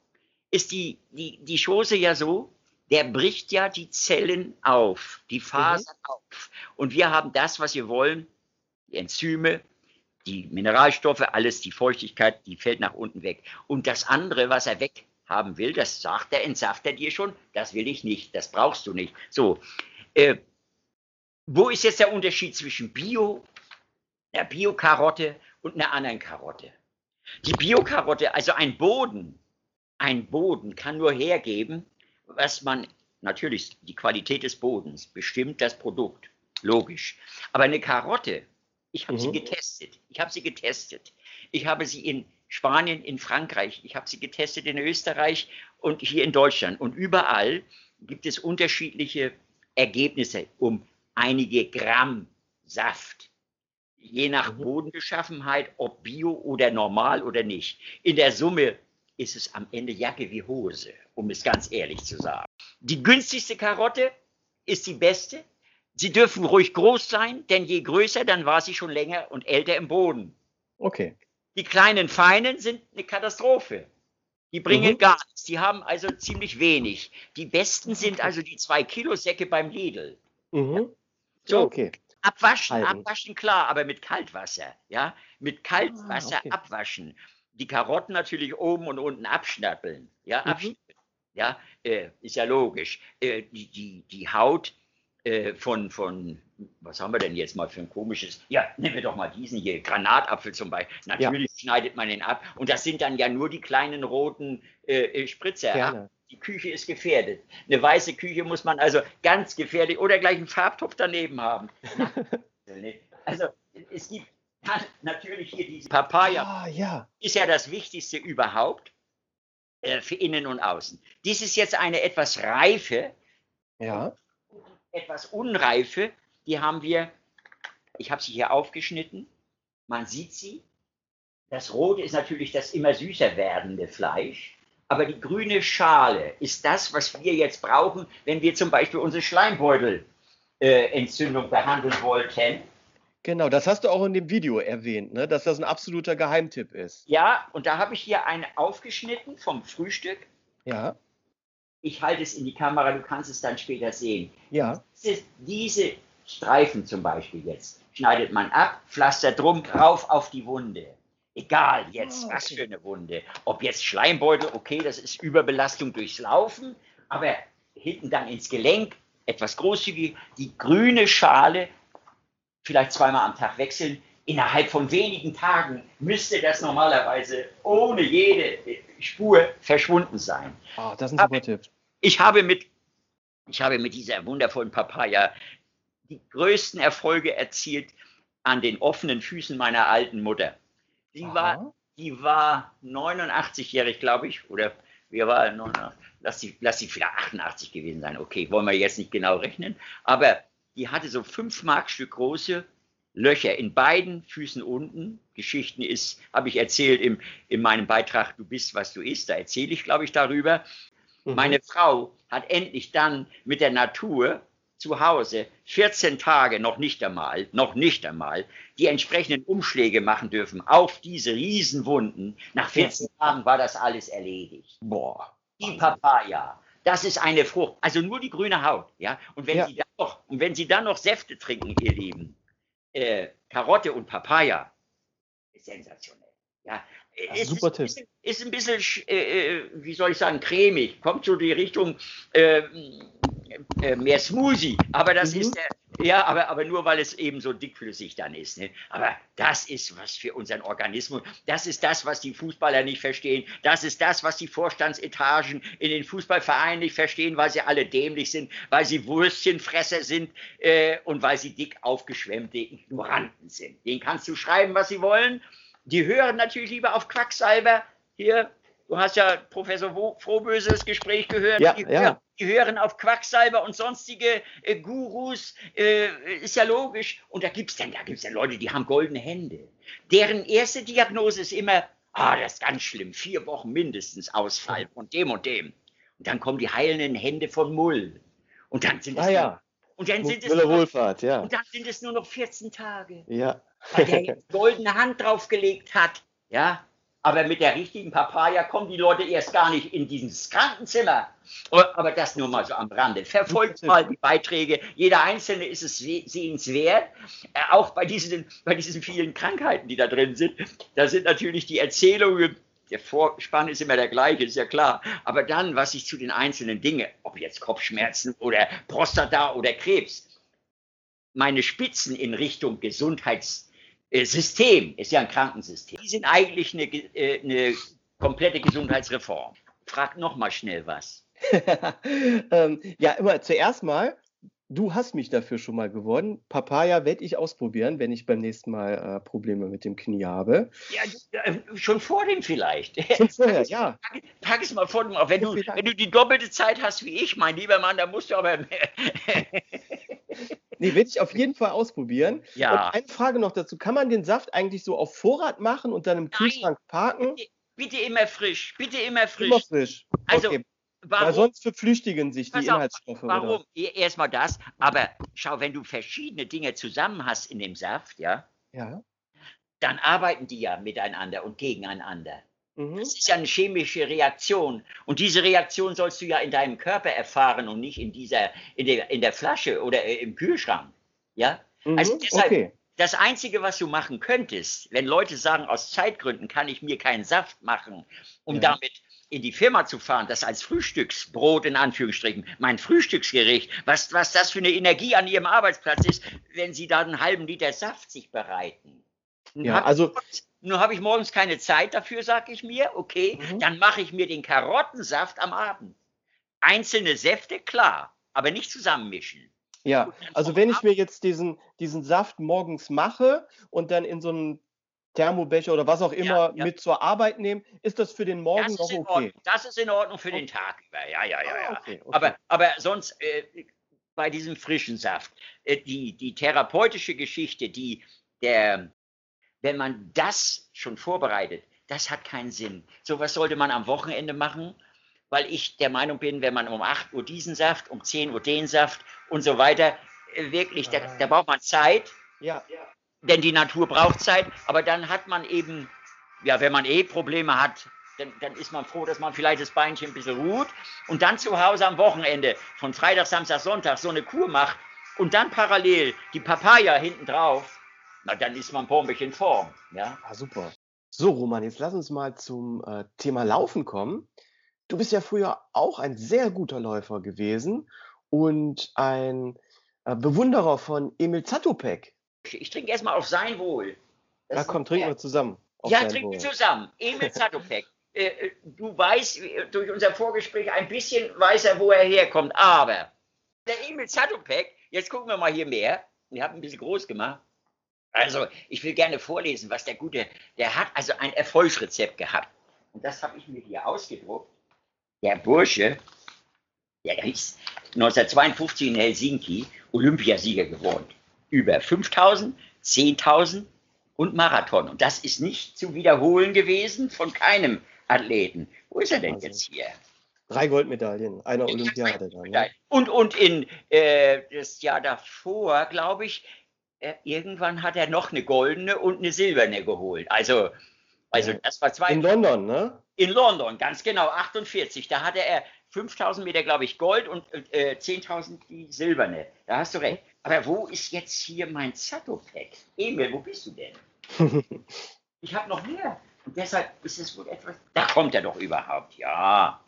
ist die, die, die Chose ja so, der bricht ja die Zellen auf, die Fasern mhm. auf. Und wir haben das, was wir wollen, die Enzyme, die Mineralstoffe, alles, die Feuchtigkeit, die fällt nach unten weg. Und das andere, was er weghaben will, das sagt er, entsafft er dir schon, das will ich nicht, das brauchst du nicht. So, äh, wo ist jetzt der Unterschied zwischen Bio, einer Bio-Karotte und einer anderen Karotte? Die Bio-Karotte, also ein Boden, ein Boden kann nur hergeben, was man, natürlich die Qualität des Bodens bestimmt das Produkt, logisch. Aber eine Karotte, ich habe mhm. sie getestet, ich habe sie getestet. Ich habe sie in Spanien, in Frankreich, ich habe sie getestet in Österreich und hier in Deutschland. Und überall gibt es unterschiedliche Ergebnisse um einige Gramm Saft. Je nach mhm. Bodenbeschaffenheit, ob bio oder normal oder nicht. In der Summe ist es am Ende Jacke wie Hose, um es ganz ehrlich zu sagen. Die günstigste Karotte ist die beste. Sie dürfen ruhig groß sein, denn je größer, dann war sie schon länger und älter im Boden. Okay. Die kleinen Feinen sind eine Katastrophe. Die bringen mhm. gar nichts. Die haben also ziemlich wenig. Die besten sind also die zwei Kilo Säcke beim Lidl. Mhm. So, okay. Abwaschen, Halten. abwaschen, klar, aber mit Kaltwasser. Ja, mit Kaltwasser ah, okay. abwaschen. Die Karotten natürlich oben und unten abschnappeln. Ja, mhm. abschnappeln. Ja, äh, ist ja logisch. Äh, die, die, die Haut äh, von, von, was haben wir denn jetzt mal für ein komisches, ja, nehmen wir doch mal diesen hier, Granatapfel zum Beispiel. Natürlich ja. schneidet man den ab. Und das sind dann ja nur die kleinen roten äh, Spritzer. Gerne. Die Küche ist gefährdet. Eine weiße Küche muss man also ganz gefährlich oder gleich einen Farbtopf daneben haben. Also es gibt natürlich hier diese Papaya. Ah, ja. Ist ja das Wichtigste überhaupt äh, für innen und außen. Dies ist jetzt eine etwas reife, ja. etwas unreife. Die haben wir, ich habe sie hier aufgeschnitten. Man sieht sie. Das Rote ist natürlich das immer süßer werdende Fleisch. Aber die grüne Schale ist das, was wir jetzt brauchen, wenn wir zum Beispiel unsere Schleimbeutelentzündung äh, behandeln wollten. Genau, das hast du auch in dem Video erwähnt, ne? Dass das ein absoluter Geheimtipp ist. Ja, und da habe ich hier eine aufgeschnitten vom Frühstück. Ja. Ich halte es in die Kamera, du kannst es dann später sehen. Ja. Diese, diese Streifen zum Beispiel jetzt schneidet man ab, Pflaster drum, rauf auf die Wunde. Egal jetzt, oh, okay. was für eine Wunde. Ob jetzt Schleimbeutel, okay, das ist Überbelastung durchs Laufen, aber hinten dann ins Gelenk, etwas großzügig, die grüne Schale, vielleicht zweimal am Tag wechseln. Innerhalb von wenigen Tagen müsste das normalerweise ohne jede Spur verschwunden sein. Oh, das ist ein super Tipp. Ich habe mit, ich habe mit dieser wundervollen Papaya die größten Erfolge erzielt an den offenen Füßen meiner alten Mutter. Die war, die war neunundachtzig-jährig, glaube ich, oder wir waren neunundachtzig, lass sie, lass sie vielleicht achtundachtzig gewesen sein. Okay, wollen wir jetzt nicht genau rechnen. Aber die hatte so fünf Markstück große Löcher in beiden Füßen unten. Geschichten ist, habe ich erzählt im, in meinem Beitrag Du bist, was du isst. Da erzähle ich, glaube ich, darüber. Mhm. Meine Frau hat endlich dann mit der Natur zu Hause vierzehn Tage noch nicht einmal, noch nicht einmal die entsprechenden Umschläge machen dürfen auf diese Riesenwunden. Nach vierzehn Tagen war das alles erledigt. Boah. Die Papaya, das ist eine Frucht, also nur die grüne Haut, ja. Und wenn, ja. Sie, dann noch, und wenn Sie dann noch Säfte trinken, ihr Lieben, äh, Karotte und Papaya, ist sensationell. Ja, ist, super ist, Tipp. Ist, ist ein bisschen, äh, wie soll ich sagen, cremig, kommt so die Richtung äh, äh, mehr Smoothie, aber das mhm. ist der, ja, aber, aber nur weil es eben so dickflüssig dann ist. Ne? Aber das ist was für unseren Organismus. Das ist das, was die Fußballer nicht verstehen. Das ist das, was die Vorstandsetagen in den Fußballvereinen nicht verstehen, weil sie alle dämlich sind, weil sie Würstchenfresser sind äh, und weil sie dick aufgeschwemmte Ignoranten sind. Denen kannst du schreiben, was sie wollen. Die hören natürlich lieber auf Quacksalber. Hier, du hast ja Professor Frohböse das Gespräch gehört. Ja, die, ja. Hören, die hören auf Quacksalber und sonstige äh, Gurus. Äh, ist ja logisch. Und da gibt es dann, da gibt's dann Leute, die haben goldene Hände. Deren erste Diagnose ist immer, ah, das ist ganz schlimm, vier Wochen mindestens Ausfall von dem und dem. Und dann kommen die heilenden Hände von Mull. Und dann sind es ah, ja. Und dann, sind es nur, Wohlfahrt, ja. und dann sind es nur noch vierzehn Tage. Ja. Weil der jetzt goldene Hand draufgelegt hat. Ja, Aber mit der richtigen Papaya kommen die Leute erst gar nicht in dieses Krankenzimmer. Aber das nur mal so am Rande. Verfolgt mal die Beiträge. Jeder Einzelne ist es sehenswert. Auch bei diesen, bei diesen vielen Krankheiten, die da drin sind. Da sind natürlich die Erzählungen, der Vorspann ist immer der gleiche, ist ja klar. Aber dann, was sich zu den einzelnen Dingen, ob jetzt Kopfschmerzen oder Prostata oder Krebs, meine Spitzen in Richtung Gesundheits System, ist ja ein Krankensystem. Die sind eigentlich eine, eine komplette Gesundheitsreform. Frag noch mal schnell was. ähm, ja, immer zuerst mal, du hast mich dafür schon mal gewonnen. Papaya werde ich ausprobieren, wenn ich beim nächsten Mal äh, Probleme mit dem Knie habe. Ja, äh, schon vor dem vielleicht. Schon vorher, ja. Pack, pack es mal vor dem auf. Wenn du, wenn du die doppelte Zeit hast wie ich, mein lieber Mann, dann musst du aber... Nee, werde ich auf jeden Fall ausprobieren. Ja. Und eine Frage noch dazu. Kann man den Saft eigentlich so auf Vorrat machen und dann im Kühlschrank parken? Bitte, bitte immer frisch. Bitte immer frisch. Immer frisch. Also, okay. warum? Weil sonst verflüchtigen sich Pass die auf, Inhaltsstoffe. Warum? Oder? Erstmal das. Aber schau, wenn du verschiedene Dinge zusammen hast in dem Saft, ja, Ja. dann arbeiten die ja miteinander und gegeneinander. Mhm. Das ist ja eine chemische Reaktion. Und diese Reaktion sollst du ja in deinem Körper erfahren und nicht in dieser, in der, in der Flasche oder im Kühlschrank. Ja? Mhm. Also deshalb, Okay. das Einzige, was du machen könntest, wenn Leute sagen, aus Zeitgründen kann ich mir keinen Saft machen, um Ja. damit in die Firma zu fahren, das als Frühstücksbrot in Anführungsstrichen, mein Frühstücksgericht, was, was das für eine Energie an ihrem Arbeitsplatz ist, wenn sie da einen halben Liter Saft sich bereiten. Nun Ja, hab also- ich, nun habe ich morgens keine Zeit dafür, sage ich mir, okay, Mhm. dann mache ich mir den Karottensaft am Abend. Einzelne Säfte, klar, aber nicht zusammenmischen. Ja, Und dann also vom wenn ich Ab- mir jetzt diesen, diesen Saft morgens mache und dann in so einen Thermobecher oder was auch immer ja. mit zur Arbeit nehme, ist das für den Morgen Das noch ist, in okay? Ordnung. das ist in Ordnung für den Tag über. Ja, ja, ja, Ah, ja. okay, okay. Aber, aber sonst äh, bei diesem frischen Saft, äh, die, die therapeutische Geschichte, die der, wenn man das schon vorbereitet, das hat keinen Sinn. Sowas sollte man am Wochenende machen, weil ich der Meinung bin, wenn man um acht Uhr diesen Saft, um zehn Uhr den Saft und so weiter, äh, wirklich, da, da braucht man Zeit. Ja, Denn die Natur braucht Zeit, aber dann hat man eben, ja, wenn man eh Probleme hat, dann, dann ist man froh, dass man vielleicht das Beinchen ein bisschen ruht und dann zu Hause am Wochenende von Freitag, Samstag, Sonntag so eine Kur macht und dann parallel die Papaya hinten drauf, na, dann ist man pompig in Form, ja. ah, super. So, Roman, jetzt lass uns mal zum äh, Thema Laufen kommen. Du bist ja früher auch ein sehr guter Läufer gewesen und ein äh, Bewunderer von Emil Zatopek. Ich trinke erstmal auf sein Wohl. Das Na ist komm, noch trinken mehr. wir zusammen. auf Ja, dein trinken wir Wohl. zusammen. Emil Zatopek. äh, äh, du weißt äh, durch unser Vorgespräch ein bisschen, weiß er, wo er herkommt. Aber der Emil Zatopek, jetzt gucken wir mal hier mehr. Ich habe ein bisschen groß gemacht. Also, ich will gerne vorlesen, was der Gute, der hat also ein Erfolgsrezept gehabt. Und das habe ich mir hier ausgedruckt. Der Bursche, der ist neunzehnhundertzweiundfünfzig in Helsinki Olympiasieger geworden. Über fünftausend, zehntausend und Marathon. Und das ist nicht zu wiederholen gewesen von keinem Athleten. Wo ist er denn Wahnsinn. jetzt hier? Drei Goldmedaillen, einer Olympiade dann. Ne? Und, und in äh, das Jahr davor, glaube ich, äh, irgendwann hat er noch eine goldene und eine silberne geholt. Also, also Ja. das war zwei. In London, ne? In London, ganz genau, achtundvierzig. Da hatte er fünftausend Meter, glaube ich, Gold und äh, zehntausend die silberne. Da hast du recht. Aber wo ist jetzt hier mein Zatopek? Emil, wo bist du denn? Ich habe noch mehr. Und deshalb ist es wohl etwas. Da kommt er doch überhaupt, ja.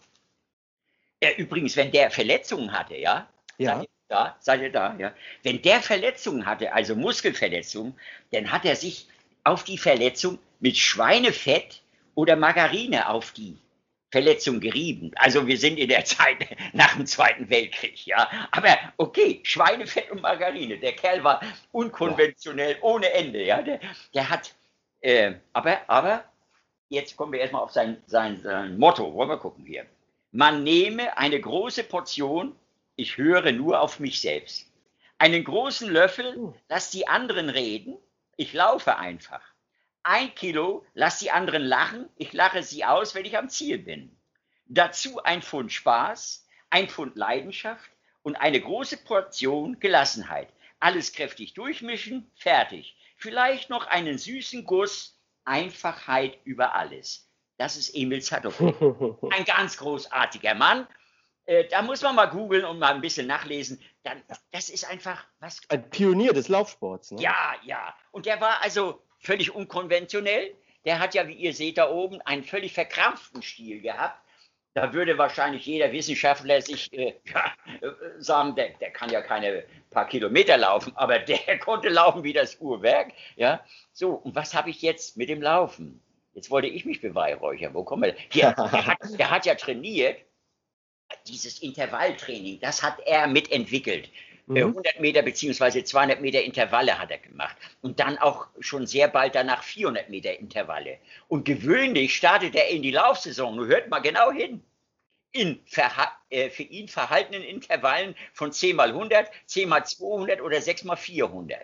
Ja, übrigens, wenn der Verletzungen hatte, ja, Ja. seid ihr da, seid ihr da, ja, wenn der Verletzungen hatte, also Muskelverletzungen, dann hat er sich auf die Verletzung mit Schweinefett oder Margarine auf die Verletzung gerieben. Also wir sind in der Zeit nach dem Zweiten Weltkrieg, ja. Aber okay, Schweinefett und Margarine. Der Kerl war unkonventionell ohne Ende, ja. Der, der hat, äh, aber, aber, jetzt kommen wir erstmal auf sein, sein, sein Motto. Wollen wir gucken hier. Man nehme eine große Portion, ich höre nur auf mich selbst. Einen großen Löffel, lass die anderen reden, ich laufe einfach. Ein Kilo, lass die anderen lachen, ich lache sie aus, wenn ich am Ziel bin. Dazu ein Pfund Spaß, ein Pfund Leidenschaft und eine große Portion Gelassenheit. Alles kräftig durchmischen, fertig. Vielleicht noch einen süßen Guss Einfachheit über alles. Das ist Emil Zatopek. Ein ganz großartiger Mann. Äh, da muss man mal googeln und mal ein bisschen nachlesen. Dann, das ist einfach was. Ein Pionier des Laufsports, ne? Ja, ja. Und der war also völlig unkonventionell. Der hat ja, wie ihr seht da oben, einen völlig verkrampften Stil gehabt. Da würde wahrscheinlich jeder Wissenschaftler sich äh, ja, äh, sagen, der, der kann ja keine paar Kilometer laufen, aber der konnte laufen wie das Uhrwerk. Ja? So, und was habe ich jetzt mit dem Laufen? Jetzt wollte ich mich beweihräuchern. Wo kommen wir denn? Hier, der, hat, der hat ja trainiert. Dieses Intervalltraining, das hat er mitentwickelt. Mhm. hundert Meter beziehungsweise zweihundert Meter Intervalle hat er gemacht. Und dann auch schon sehr bald danach vierhundert Meter Intervalle. Und gewöhnlich startet er in die Laufsaison, nur hört mal genau hin, in verha- äh, für ihn verhaltenen Intervallen von zehn mal hundert, zehn mal zweihundert oder sechs mal vierhundert.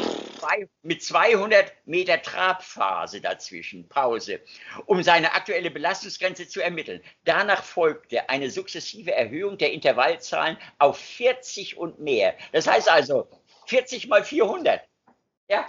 Mit zweihundert Meter Trabphase dazwischen, Pause, um seine aktuelle Belastungsgrenze zu ermitteln. Danach folgte eine sukzessive Erhöhung der Intervallzahlen auf vierzig und mehr. Das heißt also vierzig mal vierhundert. Ja.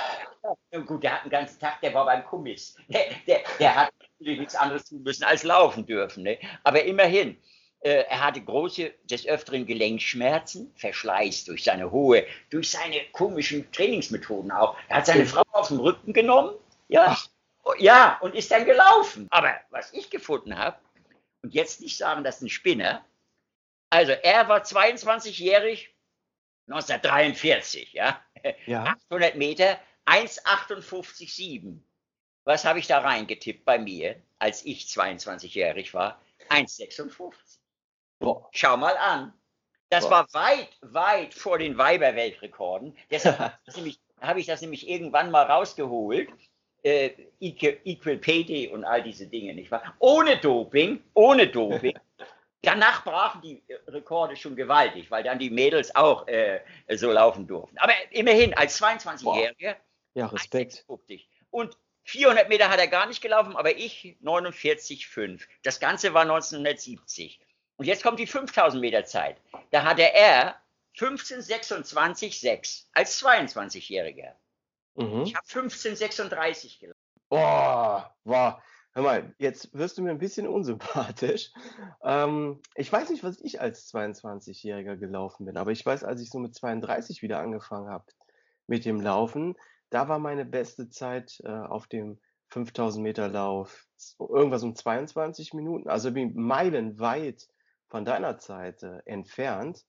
Ja, gut, der hat einen ganzen Tag, der war beim Kummis. Der, der, der hat natürlich nichts anderes tun müssen als laufen dürfen. Ne? Aber immerhin. Er hatte große, des Öfteren Gelenkschmerzen, Verschleiß durch seine hohe, durch seine komischen Trainingsmethoden auch. Er hat seine Frau auf den Rücken genommen, ja, ja, und ist dann gelaufen. Aber was ich gefunden habe, und jetzt nicht sagen, das ist ein Spinner, also er war zweiundzwanzigjährig, neunzehnhundertdreiundvierzig, ja, ja. achthundert Meter, eins achtundfünfzig Komma sieben. Was habe ich da reingetippt bei mir, als ich zweiundzwanzigjährig war? eins sechsundfünfzig. Boah. Schau mal an. Das Boah. war weit, weit vor den Weiberweltrekorden. Deshalb habe ich, hab ich das nämlich irgendwann mal rausgeholt. Äh, Equal Pay Day und all diese Dinge, nicht wahr? Ohne Doping, ohne Doping. Danach brachen die Rekorde schon gewaltig, weil dann die Mädels auch äh, so laufen durften. Aber immerhin, als zweiundzwanzigjähriger, ja, Respekt. eins sechsundfünfzig. Und vierhundert Meter hat er gar nicht gelaufen, aber ich neunundvierzig Komma fünf. Das Ganze war neunzehnhundertsiebzig. Und jetzt kommt die fünftausend Meter Zeit. Da hatte er fünfzehn sechsundzwanzig Komma sechs als zweiundzwanzigjähriger. Mhm. Ich habe fünfzehn sechsunddreißig gelaufen. Boah, boah. Hör mal, jetzt wirst du mir ein bisschen unsympathisch. Ähm, ich weiß nicht, was ich als zweiundzwanzigjähriger gelaufen bin, aber ich weiß, als ich so mit zweiunddreißig wieder angefangen habe mit dem Laufen, da war meine beste Zeit äh, auf dem fünftausend Meter Lauf irgendwas um zweiundzwanzig Minuten, also bin meilenweit von deiner Zeit äh, entfernt.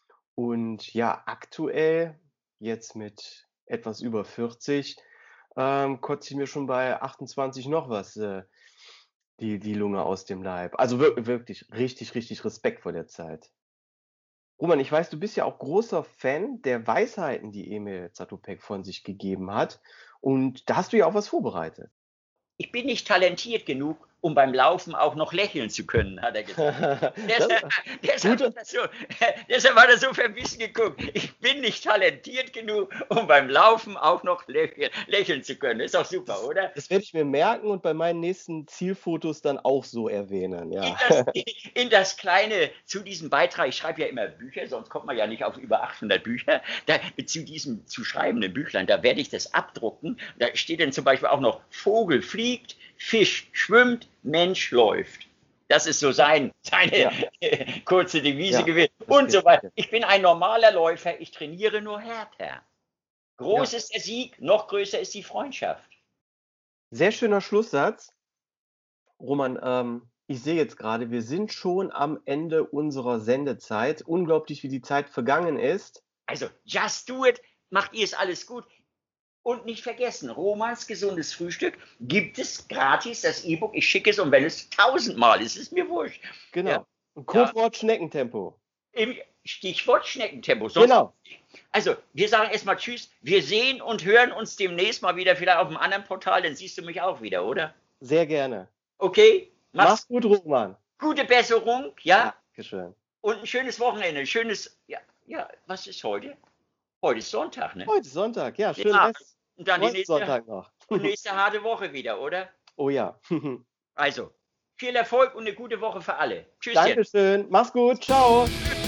Und ja, aktuell, jetzt mit etwas über vierzig, ähm, kotze ich mir schon bei achtundzwanzig noch was äh, die, die Lunge aus dem Leib. Also wirklich, wirklich richtig, richtig Respekt vor der Zeit. Roman, ich weiß, du bist ja auch großer Fan der Weisheiten, die Emil Zatopek von sich gegeben hat. Und da hast du ja auch was vorbereitet. Ich bin nicht talentiert genug, um beim Laufen auch noch lächeln zu können, hat er gesagt. deshalb, deshalb, hat er so, deshalb hat er so verbissen geguckt. Ich bin nicht talentiert genug, um beim Laufen auch noch lächeln, lächeln zu können. Ist doch super, oder? Das werde ich mir merken und bei meinen nächsten Zielfotos dann auch so erwähnen. Ja. In, das, in das kleine, zu diesem Beitrag, ich schreibe ja immer Bücher, sonst kommt man ja nicht auf über achthundert Bücher, da, zu diesem zu schreibenden Büchlein, da werde ich das abdrucken. Da steht dann zum Beispiel auch noch, Vogel fliegt, Fisch schwimmt, Mensch läuft. Das ist so sein, seine ja. kurze Devise ja, gewesen. Und so weiter. Ich bin ein normaler Läufer, ich trainiere nur härter. Groß ja. ist der Sieg, noch größer ist die Freundschaft. Sehr schöner Schlusssatz. Roman, ähm, ich sehe jetzt gerade, wir sind schon am Ende unserer Sendezeit. Unglaublich, wie die Zeit vergangen ist. Also, just do it, macht ihr es alles gut. Und nicht vergessen, Romans gesundes Frühstück gibt es gratis, das E-Book. Ich schicke es und wenn es tausendmal ist, ist mir wurscht. Genau. Ja. Codewort ja. Schneckentempo. Im Stichwort Schneckentempo. Sonst genau. Also, wir sagen erstmal Tschüss. Wir sehen und hören uns demnächst mal wieder, vielleicht auf einem anderen Portal, dann siehst du mich auch wieder, oder? Sehr gerne. Okay. Mach's, Mach's gut, Roman. Gute Besserung, ja? Dankeschön. Und ein schönes Wochenende. Schönes, ja, ja, was ist heute? Heute ist Sonntag, ne? Heute ist Sonntag, ja, schön. Ja, und dann die nächste, Sonntag noch. und nächste harte Woche wieder, oder? Oh ja. Also, viel Erfolg und eine gute Woche für alle. Tschüss. Dankeschön. Mach's gut. Ciao.